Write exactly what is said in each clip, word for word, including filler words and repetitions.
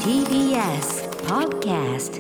ティービーエス Podcast。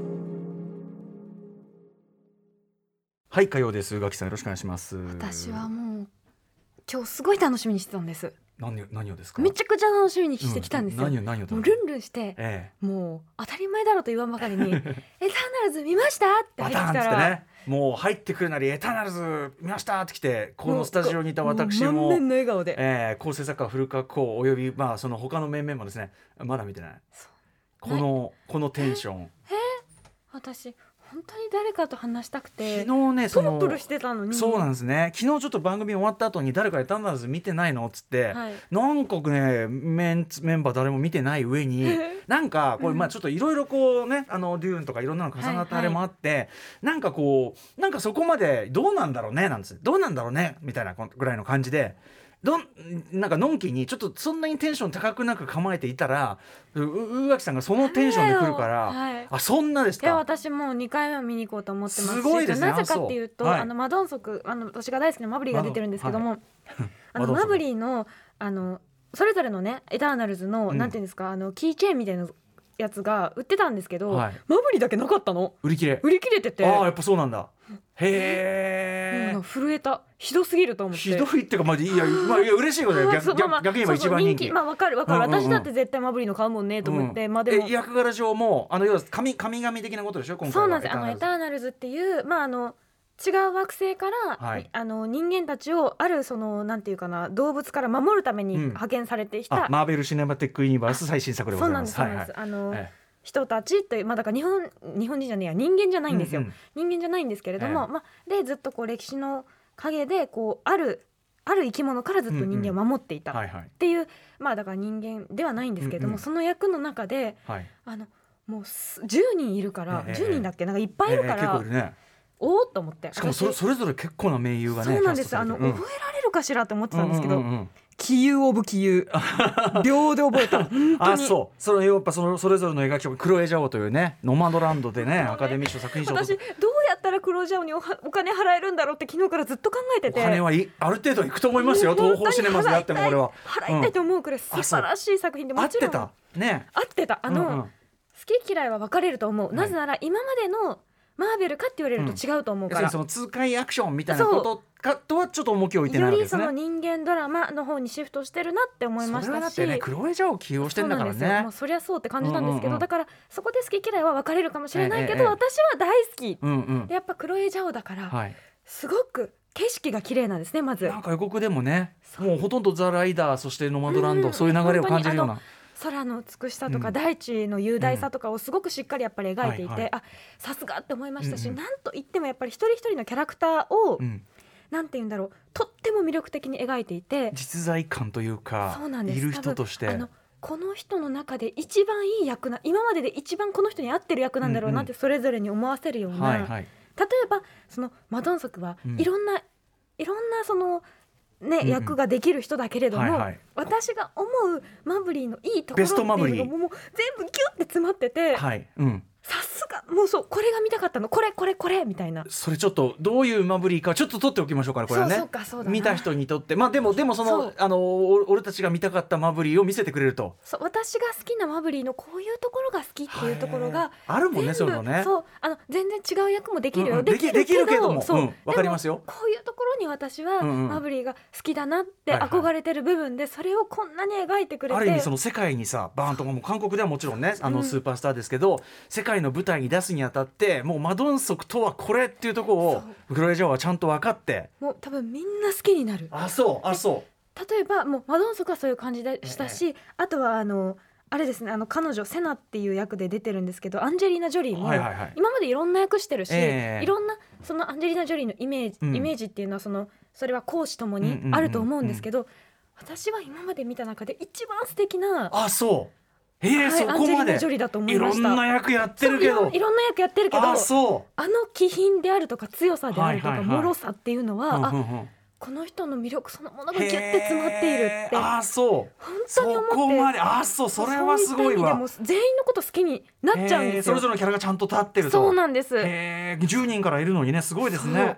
はい、火曜です。宇垣さんよろしくお願いします。 私はもう今日すごい楽しみにしてたんです。 何を、何をですか？ めちゃくちゃ楽しみにしてきたんですよ、 うん、何を何をもうルンルンして、 ええ、もう当たり前だろうと言わんばかりにエターナルズ見ましたって入ってきたら、 バターンつってね、もう入ってくるなりエターナルズ見ましたって来て、このスタジオにいた私も満面の笑顔で、 えー、構成作家古川光および、まあ、その他の面々もですね、まだ見てない、このこのテンション、 えー、私本当に誰かと話したくて、 昨日ね、そのプルプルしてたのに。 そうなんですね。昨日ちょっと番組終わった後に誰かエターナルズ見てないのっつって、 はい、 なんかねメンツメンバー誰も見てない上になんかこれ、まあちょっといろいろこうね、あのデューンとかいろんなの重なったあれもあって、はいはい、なんかこうなんかそこまでどうなんだろうねなんですどうなんだろうねみたいなぐらいの感じで、どんなんかのんきにちょっとそんなにテンション高くなく構えていたら、宇垣さんがそのテンションで来るから、はい、あ、そんなですか。 いや、私もうにかいめ見に行こうと思ってますし、 すごいですね。 なぜかっていうと、 はい、 あのマドンソク、あの私が大好きなマブリーが出てるんですけども、はい、あのマブリーのあのそれぞれのねエターナルズの、うん、なんていうんですか、あのキーチェーンみたいなやつが売ってたんですけど、はい、マブリーだけなかったの。 売り切れ売り切れてて、 ああ、やっぱそうなんだ。へえ、 震えた。ひどすぎると思って。 ひどいっていうか、まあ、いや、まあ、いや嬉しいことだよ。逆, 逆, 逆に言えば一番人気。 まあ、わかるわかる、うんうんうん、私だって絶対マブリーの買うもんねと思って、うん、まあでも役柄上もあの要は神神々的なことでしょ今回は。 そうなんです。あのエターナルズっていう、まああの違う惑星から、はい、あの人間たちをあるそのなんていうかな、動物から守るために派遣されてきた、 うん、マーベルシネマティックユニバース最新作でございます。 そうなんです、そうなんです、はいはい、あの、ええ、人たちという、まあ、だから日本日本人じゃねえや人間じゃないんですよ、うんうん、人間じゃないんですけれども、ええ、まあ、でずっとこう歴史の陰でこうあるある生き物からずっと人間を守っていたっていう、うんうん、はいはい、まあだから人間ではないんですけれども、うんうん、その役の中で、はい、あのもうじゅうにんいるから、ええ、じゅうにんだっけ、なんかいっぱいいるから、ええ、結構いるね。おーっと思って、 しかも そ, それぞれ結構な名優がね。 そうなんです。あの、うん、覚えられるかしらと思ってたんですけど、 うんうんうんうん、 気優オブ気優秒で覚えた。本当に。 あ、そう。それやっぱそのそれぞれの描きをクロエジャオというね、ノマドランドでね、アカデミー賞作品賞。 私どうやったらクロエジャオに お, お金払えるんだろうって昨日からずっと考えてて。 お金はいある程度いくと思いますよ。東宝シネマズであっても俺は払いたいと思うくらい素晴らしい作品で、もちろん合ってたね。 合ってた。あの、うんうん、好き嫌いは分かれると思う、はい、なぜなら今までのマーベルかって言われると違うと思うから、うん、 その痛快アクションみたいなことかとはちょっと重きを置いてないわけですね。 よりその人間ドラマの方にシフトしてるなって思いましたし、 それはだってね、クロエジャオを起用してんだからね。 そうなんですよ。 もうそりゃそうって感じなんですけど、うんうんうん、だからそこで好き嫌いは分かれるかもしれないけど、ええ、私は大好き、うんうん、でやっぱクロエジャオだから、はい、すごく景色が綺麗なんですね。まずなんか予告でもね、もうほとんどザ・ライダー、そしてノマドランド、うん、そういう流れを感じるような、 空の美しさとか大地の雄大さとかをすごくしっかりやっぱり描いていて、うんはいはい、あ、さすがって思いましたし、うんうん、なんといってもやっぱり一人一人のキャラクターを、うん、なんていうんだろう、とっても魅力的に描いていて、 実在感というか、そうなんです。いる人としてあのこの人の中で一番いい役な、今までで一番この人に合ってる役なんだろうなってそれぞれに思わせるような、うんうん、はいはい、例えばそのマドンソクはいろんな、うん、いろんなそのね、うんうん、役ができる人だけれども、はいはい、私が思うマブリーのいいところっていうのがもう全部ギュッて詰まってて、はい、うん、さすが、もうそう、これが見たかったの、これこれこれみたいな。 それちょっとどういうマブリーかちょっと取っておきましょうかね、これはね。 そうそうか、そうだな、 見た人にとって、まあでもでもそのあの俺たちが見たかったマブリーを見せてくれると。 そう、私が好きなマブリーのこういうところが好きっていうところがあるもんね。そういうのね。 そう、あの全然違う役もできるよ、うんうん、 できるけど、できるけども、そう、うん、わかりますよ。 こういうところに私はマブリーが好きだなって憧れてる部分で、それをこんなに描いてくれて、 ある意味その世界にさバーンと、もう韓国ではもちろんね、あのスーパースターですけど、うん、世界の舞台に出すにあたってもうマドンソクとはこれっていうところをクロエジャオはちゃんと分かって、 もう多分みんな好きになる。 あ、そうあ、そう。 例えばもうマドンソクはそういう感じでしたし、ええ、あとはあのあれですね、あの彼女セナっていう役で出てるんですけど、アンジェリーナ・ジョリーも今までいろんな役してるし、えー、いろんなそのアンジェリーナ・ジョリーのイメージ、うん、イメージっていうのはそのそれは公私ともにあると思うんですけど、うんうんうんうん、私は今まで見た中で一番素敵な、 あ、そう、えー、はい、そこまでアンジェリーナ・ジョリーだと思いました。 いろんな役やってるけど、 いろんな役やってるけど、 あ、そう、 あの気品であるとか強さであるとか、 はいはいはい、 脆さっていうのは、うんうんうん、あ、この人の魅力そのものがギュッて詰まっているって、 あ、そう、 本当に思って、 そこまで、あ、そう、それはすごいわ。 でも全員のこと好きになっちゃうんですよ。 それぞれのキャラがちゃんと立ってると。 そうなんです。 へー、じゅうにんからいるのにね、すごいですね。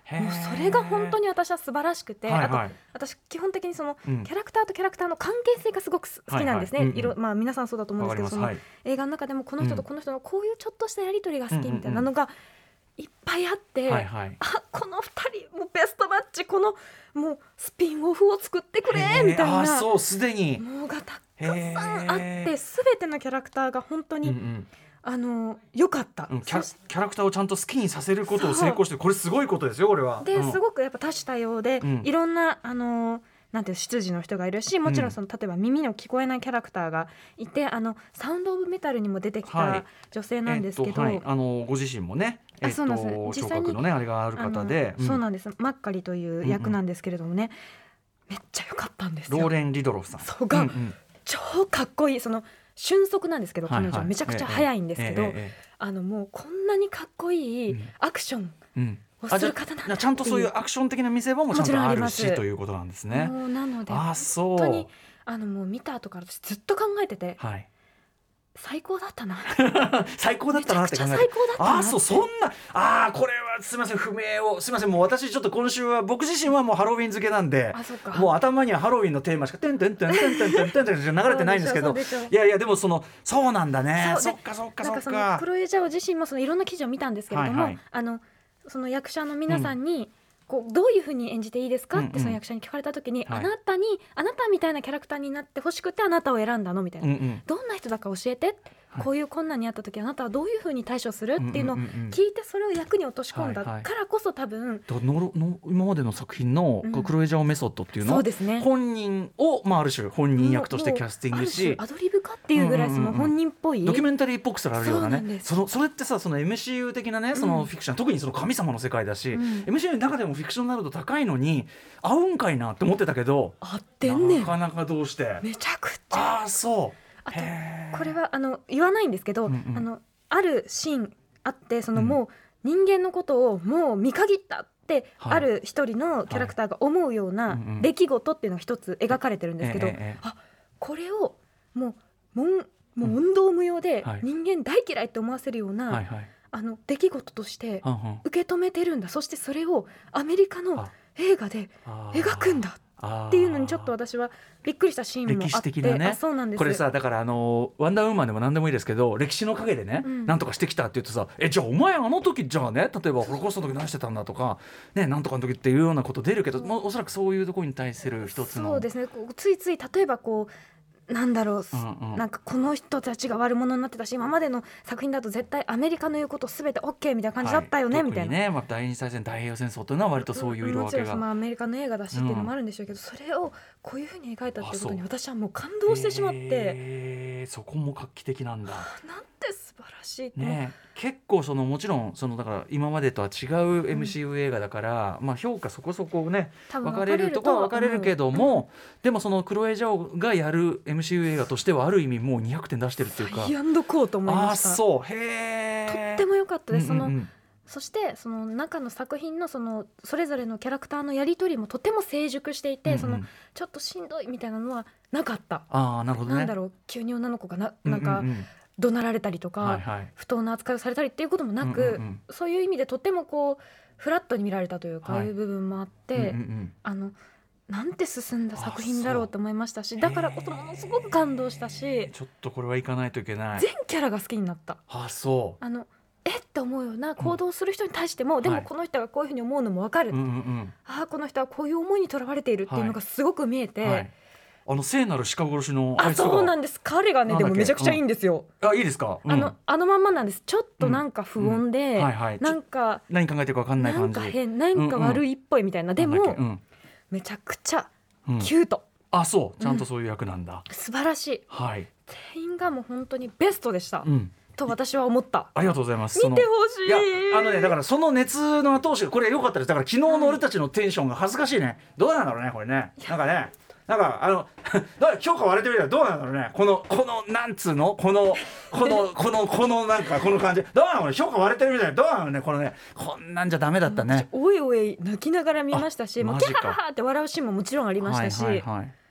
もうそれが本当に私は素晴らしくて、 はいはい、 あと私基本的にそのキうんャラクターとキャラクターの関係性がすごく好きなんですね、 はいはいうんうん、 いろまあ、皆さんそうだと思うんですけど、そのわかります、はい、 映画の中でもこの人とこの人のこういうちょっとしたやり取りが好きみたいなのがいっぱいあって、 はいはい、 あこのふたりもうベストマッチ、このもうスピンオフを作ってくれみたいな、 あそうすでにもうがたくさんあって、全てのキャラクターが本当に、 うんうんあの良かった、 うん、キャ、キャラクターをちゃんと好きにさせることを成功してる、これすごいことですよこれは。 で、 うん、 すごくやっぱ多種多様で、 うん、 いろんなあのなんていう出自の人がいるし、もちろんその、例えば耳の聞こえないキャラクターがいて、あのサウンドオブメタルにも出てきた女性なんですけど、 はいえーはい、あのご自身もね、えー、 あそうなんです、 聴覚のねあれがある方で、 うん、そうなんです、マッカリという役なんですけれどもね、うんうん、めっちゃ良かったんですよ。 ローレン・リドロフさん、 そうが、 うんうん、 超かっこいい、その俊足なんですけど、 はいはい、 彼女めちゃくちゃ速いんですけど、 えーえーえー、 あのもうこんなにかっこいいアクション、うんうんをする方なんだ、 ちゃんとそういうアクション的な見せ場もちゃんとあるしということなんですね。 もうなのであそう本当にあのもう見た後からずっと考えてて、 はい、 最高だったな最高だったなって考えて、 最高だったなって、 あそうそんなあこれはすみません不明をすみませんもう私ちょっと今週は僕自身はもうハロウィン漬けなんで、 あそうかもう頭にはハロウィンのテーマしかてんてんてんてんてんてんてんてんてん流れてないんですけど、いやいやでもそのそうなんだね、そっかそっかそっか。 なんかそのクロエ・ジャオ自身もそのいろんな記事を見たんですけれども、はいはい、あのその役者の皆さんに、うんこうどういう風に演じていいですかってその役者に聞かれた時に、うんうん、あなたに、はい、あなたみたいなキャラクターになってほしくてあなたを選んだのみたいな、うんうん、どんな人だか教えて、はい、こういう困難にあった時あなたはどういう風に対処するっていうのを聞いてそれを役に落とし込んだからこそ多分、 はいはい、のの今までの作品のクロエ・ジャオメソッドっていうのを、 そうですね、 本人を、まあ、ある種本人役としてキャスティングしアドリブかっていうぐらいその本人っぽい、 うんうんうん、ドキュメンタリーっぽくすらあるようなね、そのそれってさその エムシーユー 的なねそのフィクション、うん、特にその神様の世界だし、うん、エムシーユー の中でもフィクションになると高いのに合うんかいなって思ってたけど、 合ってんねん、 なかなかどうしてめちゃくちゃ、 あそうあとこれはあの言わないんですけど、うんうん、あのあるシーンあってそのもう人間のことをもう見限ったってある一人のキャラクターが思うような出来事っていうのが一つ描かれてるんですけど、あこれをもうもんもう問答無用で人間大嫌いって思わせるような、はいはい、あの出来事として受け止めてるんだ、そしてそれをアメリカの映画で描くんだっていうのにちょっと私はびっくりしたシーンもあって、歴史的なね、あそうなんです。 これさだからあのワンダーウーマンでも何でもいいですけど歴史の陰でね、うん、なんとかしてきたって言うとさえじゃあお前あの時じゃあね例えばホロコーストの時何してたんだとかねなんとかの時っていうようなこと出るけど、もうおそらくそういうところに対する一つのそうですね、ついつい例えばこうなんだろう、うんうん、なんかこの人たちが悪者になってたし今までの作品だと絶対アメリカの言うこと全て OK みたいな感じだったよね、はい、みたいな、 ねまあ、第二次大戦太平洋戦争というのは割とそういう色分けが、もちろん、 まあ、アメリカの映画だしっていうのもあるんでしょうけど、うん、それをこういうふうに描いたっていうことに私はもう感動してしまって、 えー、そこも画期的なんだ、 なんて素晴らしい、 ね、結構そのもちろんそのだから今までとは違う エムシーユー 映画だから、うんまあ、評価そこそこね分かれるとこは分かれるけども、うん、でもそのクロエ・ジャオがやる エムシーユー 映画としてはある意味もうにひゃくてん出してるっていうかサイアンドコーと思いました。 あそうへーとっても良かったです、うんうんうん、そのそしてその中の作品のそのそれぞれのキャラクターのやり取りもとても成熟していて、うんうん、そのちょっとしんどいみたいなのはなかった。 あなるほどね、 なんだろう急に女の子が な, なんか、うんうんうん怒鳴られたりとか、はいはい、不当な扱いをされたりっていうこともなく、うんうんうん、そういう意味でとってもこうフラットに見られたというか、はい、いう部分もあって、うんうんうん、あのなんて進んだ作品だろうと思いましたし、だからこそものすごく感動したし、 ちょっとこれは行かないといけない。 全キャラが好きになった。 あそうあのえって思うような行動をする人に対しても、うん、でもこの人がこういうふうに思うのも分かる、はい、あこの人はこういう思いにとらわれているっていうのがすごく見えて、はいはいあの聖なる鹿殺しのあいつがそうなんです。彼がねでもめちゃくちゃいいんですよ、 うん、あいいですか、うん、 あのあのまんまなんです。ちょっとなんか不穏で、うんうんはいはい、なんか何考えてるか分かんない感じ、 なんか変なんか悪いっぽいみたいな、うんうん、でも、うん、めちゃくちゃキュート、 うん、あそうちゃんとそういう役なんだ、 うん、素晴らしい、 はい、 全員がもう本当にベストでした、うんと私は思った。 ありがとうございます。 見てほしい。 いやあのねだからその熱の後押しがこれ良かったです。だから昨日の俺たちのテンションが恥ずかしいね。どうなんだろうねこれね。なんかね。なんかあの評価割れてみたらどうなんだろうね。このこのなんつうのこのこのこのこのなんかこの感じどうなの評価割れてるみたいなどうなのねこのねこんなんじゃダメだったね。 おいおい泣きながら見ましたし、もうキャハハって笑うシーンももちろんありましたし、はいはいはい、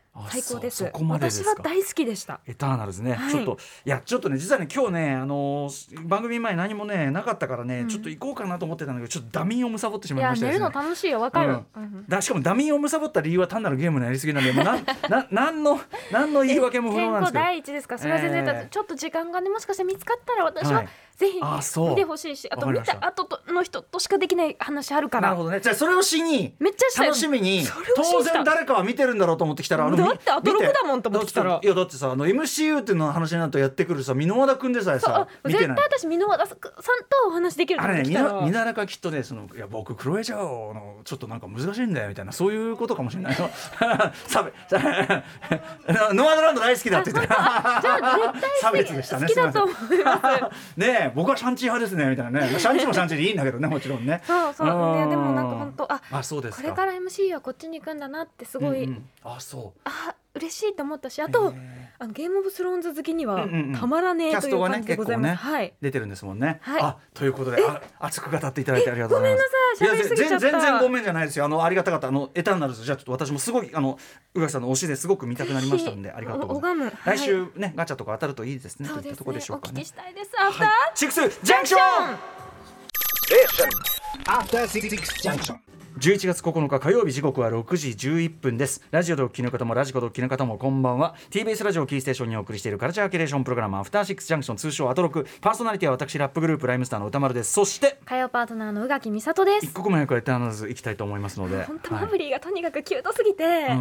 最高です。 そそこまでですか。 私は大好きでした。 エターナルズね、 はい、 ちょっといやちょっとね実はね今日ねあのー、番組前何もねなかったからね、うん、ちょっと行こうかなと思ってたんだけどちょっとダミーをむさぼってしまいましたですね。 いや寝るの楽しいよわかる、 うんうん、だしかもダミーをむさぼった理由は単なるゲームのやりすぎなんでもうなな何の何の言い訳も不能なんですけど。 健康第一ですか。それは全然、えー、ちょっと時間がねもしかして見つかったら私は、はい、ぜひ見てほしいし、あと見た後の人としかできない話あるから。 なるほどね。じゃあそれをしにめっちゃ楽しみに当然誰かは見てるんだろうと思ってきたらあのだってアトロクだもんと思ってきたらいやだってさあの エムシーユー っていうの話になるとやってくるさ箕輪田くんでさえさ見てない。 絶対私箕輪田さんとお話できると思ってきたらあれね箕輪田がきっとねそのいや僕クロエジャオのちょっとなんか難しいんだよみたいなそういうことかもしれないよ。サベノアドランド大好きだって言ってじゃあ絶対好きだと思いますねえ僕はシャンチー派ですねみたいなね。シャンチーもシャンチーでいいんだけどねもちろんね。 そうそうねでもなんか本当ああそうですか。 これから エムシーユー はこっちに行くんだなってすごい、 うんうん、あそうあ嬉しいと思ったしあとあのゲームオブスローンズ好きにはたまらねえという感じでございます、 ねはい、 出てるんですもんね、はい、あということであ熱く語っていただいてありがとうございます。 ごめんなさい喋りすぎちゃった。 全然ごめんじゃないですよ。あのありがたかったあのエターナルズじゃあちょっと私もすごいあの宇垣さんの推しですごく見たくなりましたのでありがとうございます。来週ねガチャとか当たるといいですね。 そうですね。 といったところでしょうかね。 お聞きしたいです。アフターシックスジャンクション。 アフターシックスジャンクション。 じゅういちがつここのか火曜日時刻はろくじじゅういっぷんです。ラジオでお聞きの方もラジコでお聞きの方もこんばんは。 ティービーエス ラジオキーステーションにお送りしているカルチャーキュレーションプログラムアフターシックスジャンクション通称アトロク。パーソナリティは私ラップグループライムスターの歌丸です。そして火曜パートナーの宇垣美里です。 一刻も早くエターナルズ行きたいと思いますので本当マブリーがとにかくキュートすぎて、はい、 うん、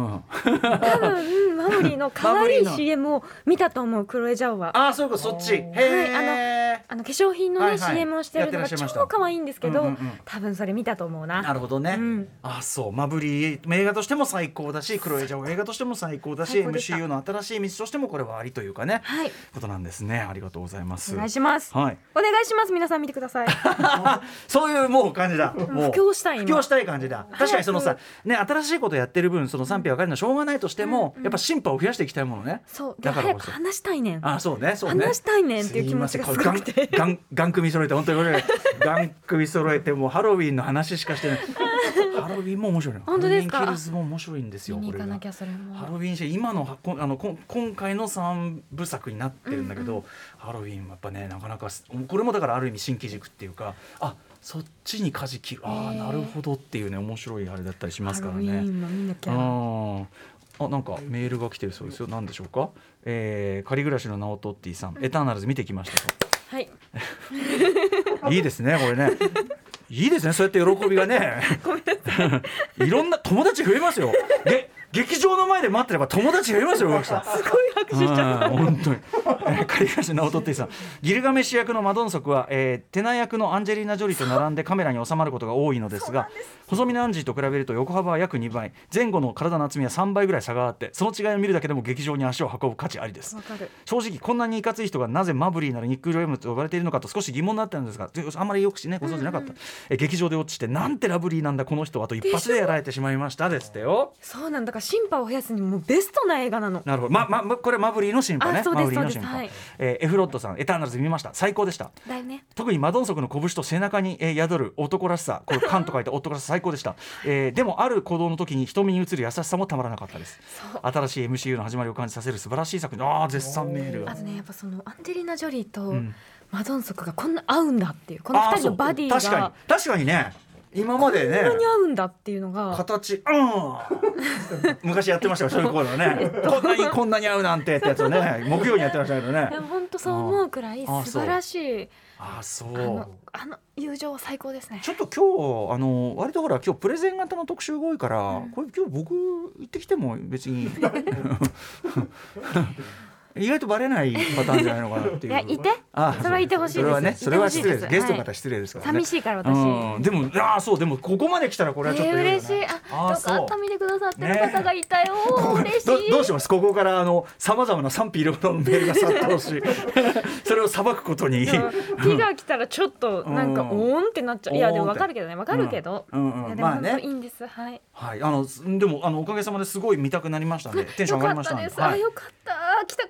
多分マブリーの可愛い シーエム を見たと思うクロエジャオは。 ああそういうことそっち。へー、はい、あのあの化粧品のね、はいはい、シーエム をしてるのが超可愛いんですけど、うんうんうん、多分それ見たと思うな。 なるほどね、うん、あそうマブリー映画としても最高だしクロエジャオ映画としても最高だし エムシーユー の新しい道としてもこれはありというかね、はい、ことなんですね。ありがとうございます。 お願いします、はい、お願いします。皆さん見てください。 そういうもう感じだ。もう布教したい布教したい感じだ。確かにそのさ、ね、新しいことやってる分その賛否分かるのはしょうがないとしても、うんうん、やっぱ進歩を増やしていきたいものね。 そうだから早く話したいねん。 あそうねそうね話したいねんっていう気持ちがすごくてガンガン組揃えて本当にガン組揃えてもうハロウィンの話しかしてない。ハロウィンも面白いの。 本当ですか。 ハロウィンキルズも面白いんですよ。 見に行かなきゃそれも。 ハロウィンシ今のあのこ今回の三部作になってるんだけど、うんうん、ハロウィンはやっぱねなかなかこれもだからある意味新機軸っていうかあそっちに舵切るああなるほどっていうね面白いあれだったりしますからね。 ハロウィンの見なきゃ。 ああなんかメールが来てるそうですよ。何でしょうか。えー、仮暮らしのナオトッティさん、うん、エターナルズ見てきましたと。 はいいいですねこれね。いいですねそうやって喜びがねいろんな友達増えますよ。で劇場の前で待ってれば友達増えますよ宇垣さん。 すごい拍手しちゃった本当に。仮暮らしの直人ってさんギルガメッシュ役のマドンソクは、えー、テナ役のアンジェリーナ・ジョリーと並んでカメラに収まることが多いのですが細身のアンジーと比べると横幅は約にばい前後の体の厚みはさんばいぐらい差があってその違いを見るだけでも劇場に足を運ぶ価値ありです。正直こんなにいかつい人がなぜマブリーならニック・ジョエムと呼ばれているのかと少し疑問になってるんですがあんまりよくしねご存知なかった、うんうんえ劇場で落ちてなんてラブリーなんだこの人はと一発でやられてしまいましたですってよ。 そうなんだから審判を増やすにもベストな映画なの。 なるほど、まま、これマブリーの審判ね。 そうですマブリーの審判、はいえー、エフロッドさんエターナルズ見ました最高でしただよ、ね、特にマドンソクの拳と背中に、えー、宿る男らしさこれカンと書いて男らしさ最高でした、えー、でもある行動の時に瞳に映る優しさもたまらなかったです。新しい エムシーユー の始まりを感じさせる素晴らしい作品。ああ絶賛メールがあとねやっぱそのアンジェリーナ・ジョリーとマドンソクがこんな合うんだっていうこのふたりのバディが確かに確かにね今までねこんなに合うんだっていうのが形うん昔やってましたよそういうことね、えっと、こんなにこんなに合うなんてってやつをね木曜にやってましたけどね。 本当そう思うくらい素晴らしい。 あそうあのあの友情は最高ですね。 ちょっと今日あの割とほら今日プレゼン型の特集が多いから、うん、これ今日僕行ってきても別に意外とバレないパターンじゃないのかなっていう。 いやいてあそれはいてほしいです。 それはねそれは失礼です。ゲストの方失礼ですからね、 はい、寂しいから私、うん、 でもあそうでもここまで来たらこれはちょっと、 えー、嬉しい。あよかった見てくださってる方がいたよ、ね、嬉しいど, どうしますここからあの様々な賛否両論のメールが殺到しそれを裁くことに火が来たらちょっとなんかオーンってなっちゃう。いやでも分かるけどね分かるけど、うんうんうん、いやでも本当いいんです、まあね、はい、はい、 あのでもあのおかげさまですごい見たくなりましたね。テンション上がりましたね。 よかったです、はい、あよかった来た甲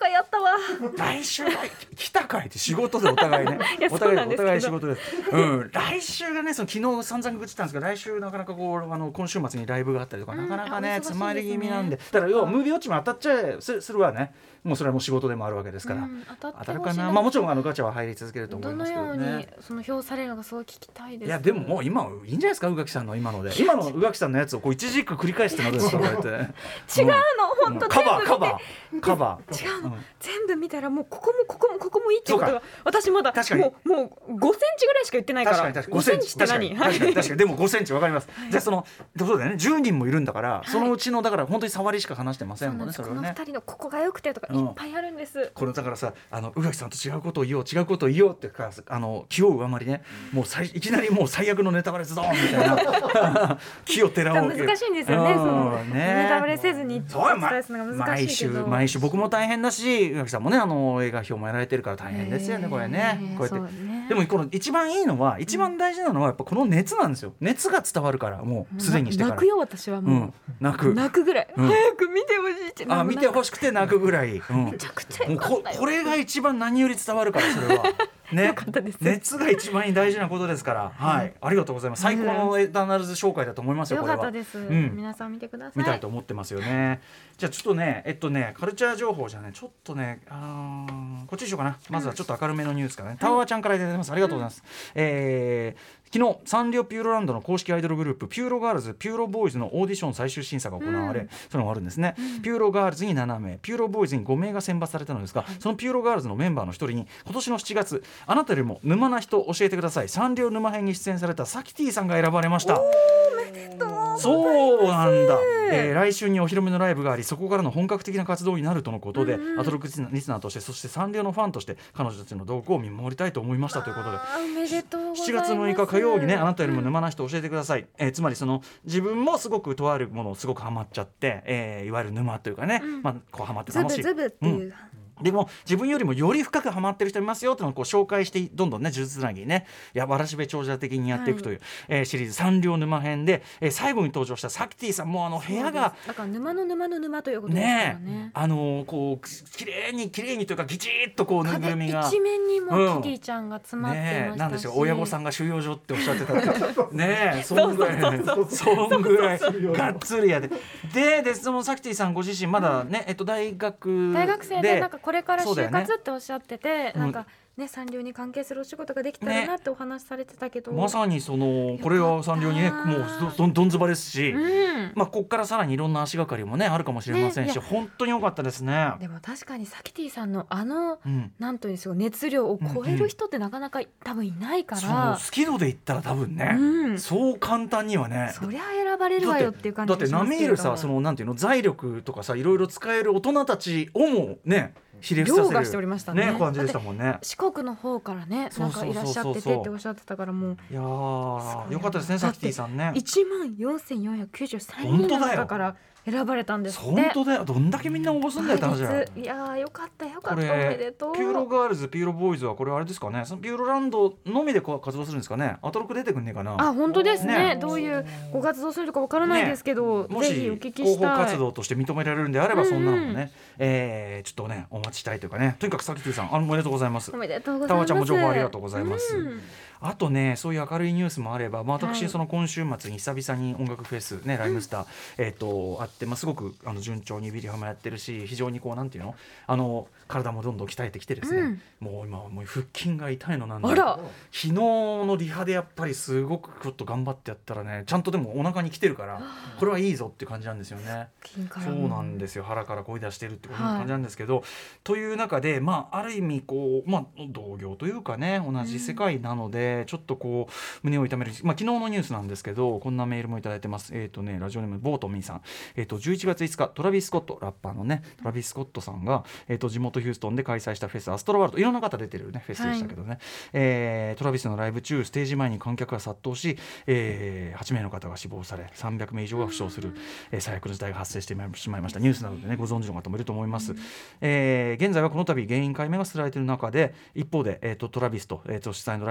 ぱいあったわ。 来週来来たかいって仕事でお互いねお互いお互い仕事です、うん、来週がねその昨日散々愚痴ったんですけど来週なかなかこうあの今週末にライブがあったりとか、うん、なかなかね詰まり気味なんでだから要はムービーウォッチも当たっちゃえ す, するわねもうそれはもう仕事でもあるわけですから、うん、当たるかな、まあ、もちろんあのガチャは入り続けると思いますけどね。 どのようにその評されるのかすごい聞きたいです。 いやでももう今いいんじゃないですか宇垣さんの今ので今の宇垣さんのやつをこう一時繰り返すってのですかこうやって違うの本当カバーカバーカバー違うの、うん、全部見たらもうここもここもここもいいってことが私まだもうもうごセンチぐらいしか言ってないから確かに確かにごセンチって何確かに確かに確かにでもごセンチわかります、はい、じゃあそのそうだよねじゅうにんもいるんだから、はい、そのうちのだから本当に触りしか話してませんもんね。それはねこのふたりのここが良くてとかいっぱいあるんです、うん、 これだからさあの宇垣さんと違うことを言おう違うことを言おうってかあの気を上回りねもうさいいきなりもう最悪のネタバレズドーンみたいな気を寺を難しいんですよね、そのねネタバレせずにお伝えするのが難しいけど、 毎週毎週僕も大変だし宇垣さんもねあの映画表もやられてるから大変ですよねこれねこうやってね。でもこの一番いいのは一番大事なのはやっぱこの熱なんですよ。熱が伝わるからもうすでにしてから泣くよ私はもう、うん、 泣く泣くぐらい、うん、早く見てほしいってあ見てほしくて泣くぐらい、うん、 めちゃくちゃよかったよ。こ, これが一番何より伝わるからそれはね、熱が一番大事なことですから、はい、ありがとうございます。最高のエターナルズ紹介だと思いますよ。 よかったです、うん、皆さん見てください。 見たいと思ってますよね。じゃあちょっとねえっとねカルチャー情報じゃねちょっとねあこっちにしようかな。まずはちょっと明るめのニュースからね、うん、タワーちゃんからいただいてます。ありがとうございます、うんえー昨日サンリオピューロランドの公式アイドルグループピューロガールズピューロボーイズのオーディション最終審査が行われ、うん、それもあるんですね、うん、ピューロガールズにななめいピューロボーイズにごめいが選抜されたのですが、はい、そのピューロガールズのメンバーの一人に今年のしちがつあなたよりも沼な人教えてくださいサンリオ沼編に出演されたサキティさんが選ばれました。 おめでとうございます。 そうなんだ、えー、来週にお披露目のライブがありそこからの本格的な活動になるとのことで、うんうん、アトロックリスナーとしてそしてサンリオのファンとして彼女たちの動向を見守りたいと思いましたということでおめでとうございます。 しちがつむいか火曜日ねあなたよりも沼な人教えてください、えー、つまりその自分もすごくとあるものをすごくハマっちゃって、えー、いわゆる沼というかね、うんまあ、こうハマって楽しいズブズブっていう、うんでも自分よりもより深くハマってる人いますよっていうのをこう紹介してどんどんね呪術つなぎねやわらしべ長者的にやっていくという、はいえー、シリーズサンリオ沼編で、えー、最後に登場したサキティさんもあの部屋がだから沼の沼の沼ということですからね、 ねあのー、こうきれいにきれいにというかギチッとこうぬいぐるみが一面にもキティちゃんが詰まってましたし、うんね、 なんでしょう親御さんが収容所っておっしゃってたってねそんぐらいそんぐらいがっつりやでででそのサキティさんご自身まだね、うんえっと、大学で大学生でなんかこれから就活っておっしゃってて、なんかね、サンリオに関係するお仕事ができたらなってお話されてたけど、 ね、まさにそのこれはサンリオにねもうどんどんずばですし、うんまあ、ここからさらにいろんな足がかりもねあるかもしれませんし、ね、本当に良かったですね。 でも確かにサキティさんのあの、うん、なんというんですか熱量を超える人ってなかなか多分いないから、 うんうん、好き度で言ったら多分ね、うん、そう簡単にはねそりゃ選ばれるわよっていう感じがしますけど、 だって並みいるさそのなんていうの財力とかさいろいろ使える大人たちをもねひれ伏させる凌駕しておりました ね, ね感じでしたもんね。 四国の方からねなんかいらっしゃっててっておっしゃってたからもういやーよかったですねサキティさんね。 いちまんよんせんよんひゃくきゅうじゅうさんにんの中から選ばれたんですって。 本当だよどんだけみんな応募するんだよって話だよ。 いやーよかったよかったおめでとう。 ピューロガールズピューロボーイズはこれあれですかねそのピューロランドのみでこう活動するんですかね。アトロック出てくんねえかな。 あ本当です ね, ねどういうご活動するのかわからないですけど、ね、ぜひお聞きしたい。 もし広報活動として認められるんであればそんなのもね、うんえー、ちょっとねお待ちしたいというかねとにかくサキティさんあおめでとうございます。 おめでとうございます。 タワちゃんも情報ありがとうございます、 うんあとねそういう明るいニュースもあれば、まあ、私その今週末に久々に音楽フェス、ね、ライムスター、えー、とあって、まあ、すごくあの順調にビリハもやってるし非常にこうなんていうのあの体もどんどん鍛えてきてですね、うん、もう今もう腹筋が痛いのなんで昨日のリハでやっぱりすごくちょっと頑張ってやったらねちゃんとでもお腹に来てるからこれはいいぞっていう感じなんですよね。そうなんですよ腹から声出してるってことの感じなんですけど、はい、という中で、まあ、ある意味こう、まあ、同業というかね同じ世界なので、うんちょっとこう胸を痛める、まあ、昨日のニュースなんですけどこんなメールもいただいてます、えーとね、ラジオネームボートミーさん、えー、とじゅういちがついつかトラビス・スコットラッパーのねトラビス・スコットさんが、えー、と地元ヒューストンで開催したフェスアストロワールドいろんな方出てる、ね、フェスでしたけどね、はいえー、トラビスのライブ中ステージ前に観客が殺到し、えー、はちめいの方が死亡されさんびゃくめい以上が負傷する、えー、最悪の事態が発生してしまいましたニュースなどで、ね、ご存知の方もいると思います、えー、現在はこの度原因解明が進められている中で一方で、えー、とトラビスと、えー、と主催のライブネーション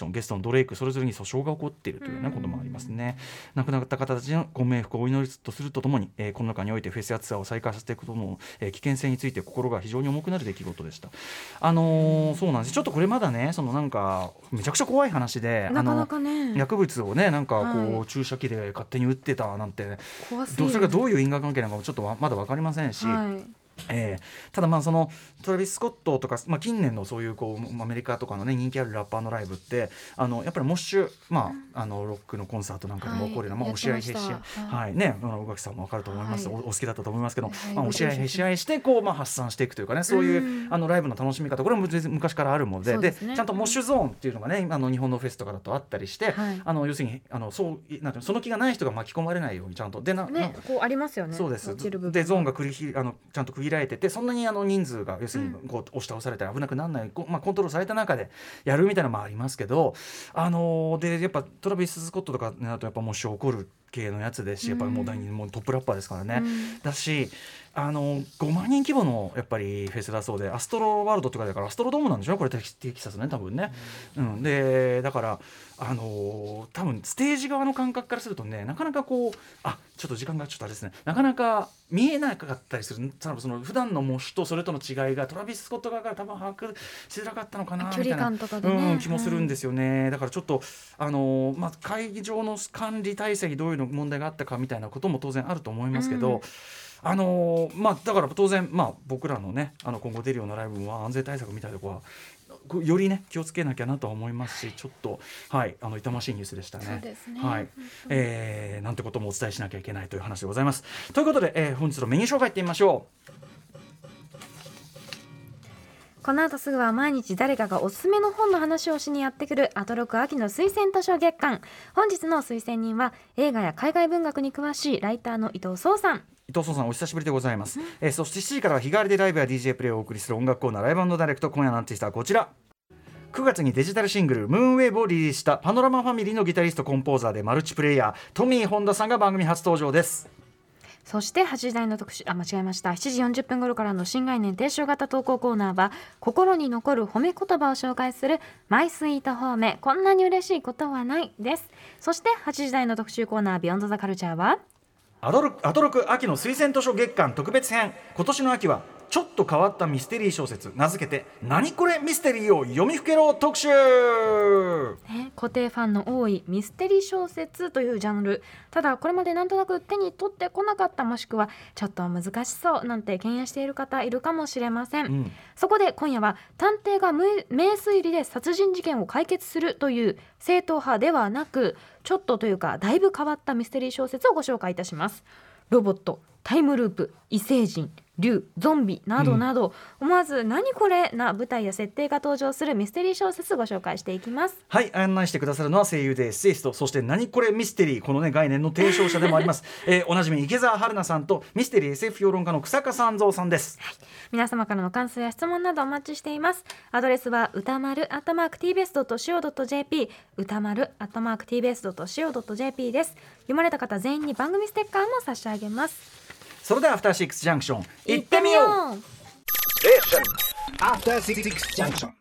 ン、ゲストのドレイク、それぞれに訴訟が起こっているという、ね、こともありますね。亡くなった方たちのご冥福をお祈りとするとともに、えー、この中においてフェスやツアーを再開させていくことの、えー、危険性について心が非常に重くなる出来事でした。あのー、そうなんです。ちょっとこれまだね、そのなんかめちゃくちゃ怖い話で、 なかなかね、 あの薬物をねなんかこう、はい、注射器で勝手に打ってたなんて、 怖すぎる。 どうそれがどういう因果関係なのかもちょっとまだ分かりませんし、はいえー、ただまあそのトラビス・スコットとか、まあ、近年のそういうこうアメリカとかの、ね、人気あるラッパーのライブってあのやっぱりモッシュ、まあ、あのロックのコンサートなんかでも起こるような、はいまあ、押し合いへし合い、はいね、宇垣さんも分かると思います、はい、お, お好きだったと思いますけど、はいまあ、押し合いへし合いしてこう、まあ、発散していくというかねそういうあのライブの楽しみ方これも全然昔からあるの で, で、ね、でちゃんとモッシュゾーンっていうのがねあの日本のフェスとかだとあったりして、はい、あの要するにあのそうなんてその気がない人が巻き込まれないようにちゃんとでな、 ね、こうありますよね。 そうですでゾーンが繰りひあのちゃんと区切られててそんなにあの人数が要するにこう押し倒されたり危なくならない、まあ、コントロールされた中でやるみたいなのもありますけど、あのー、でやっぱトラビス・スコットとかになるとやっぱもし起こる系のやつですしやっぱりもう大人もうトップラッパーですからね、うん、だしあのごまんにん規模のやっぱりフェスだそうでアストロワールドとかだからアストロドームなんでしょこれテキサスね多分ね、うんうん、でだからあのー、多分ステージ側の感覚からするとねなかなかこうあちょっと時間がちょっとあれですねなかなか見えなかったりする多分その普段のモッシュとそれとの違いがトラビス・スコット側から多分把握しづらかったのかなみたいな距離感とかでね、 うん、気もするんですよね、うん、だからちょっとあのーまあ、会場の管理体制にどういうの問題があったかみたいなことも当然あると思いますけど、うんあのーまあ、だから当然、まあ、僕らのねあの今後出るようなライブは安全対策みたいなところはよりね気をつけなきゃなとは思いますしちょっと、はい、あの痛ましいニュースでしたね。 そうですね、 はいえー、なんてこともお伝えしなきゃいけないという話でございます。ということで、えー、本日のメニュー紹介いってみましょう。 この後すぐは毎日誰かがおすすめの本の話をしにやってくるアトロク秋の推薦図書月間。本日の推薦人は映画や海外文学に詳しいライターの伊藤壮さん。 伊藤壮さんお久しぶりでございます、うんえー、そしてしちじからは日替わりでライブや ディージェー プレイをお送りする音楽コーナーライブ&ダイレクト。今夜のアーティストはこちら。くがつにデジタルシングルムーンウェーブをリリースしたパノラマファミリーのギタリストコンポーザーでマルチプレイヤートミー本田さんが番組初登場です。 そしてはちじ台の特集あ間違えましたしちじよんじゅっぷん頃からの新概念提唱型投稿コーナーは心に残る褒め言葉を紹介するマイスイート褒めこんなに嬉しいことはないです。そしてはちじ台の特集コーナービヨンドザカルチャーはアトロク、アトロク秋の推薦図書月間特別編。今年の秋はちょっと変わったミステリー小説名付けて何これミステリーを読みふけろ特集、 ね、固定ファンの多いミステリー小説というジャンル。ただこれまでなんとなく手に取ってこなかったもしくはちょっと難しそうなんて敬遠している方いるかもしれません、うん、そこで今夜は探偵が名推理で殺人事件を解決するという正統派ではなくちょっとというかだいぶ変わったミステリー小説をご紹介いたします。ロボット、タイムループ、異星人、竜、ゾンビなどなど、うん、思わず何これな舞台や設定が登場するミステリー小説をご紹介していきます。 はい、案内してくださるのは声優でエッセイストそして何これミステリーこの、ね、概念の提唱者でもあります、えー、おなじみ池澤春菜さんとミステリー エスエフ 評論家の草加三三さんです、はい、 皆様からの感想や質問などお待ちしています。アドレスは歌丸アットマーク ティービーエスドットシーオードットジェーピー 歌丸アットマーク ティービーエスドットシーオードットジェーピー です。読まれた方全員に番組ステッカーも差し上げます。 それではアフターシックスジャンクション行ってみよう。 アフターシックスジャンクション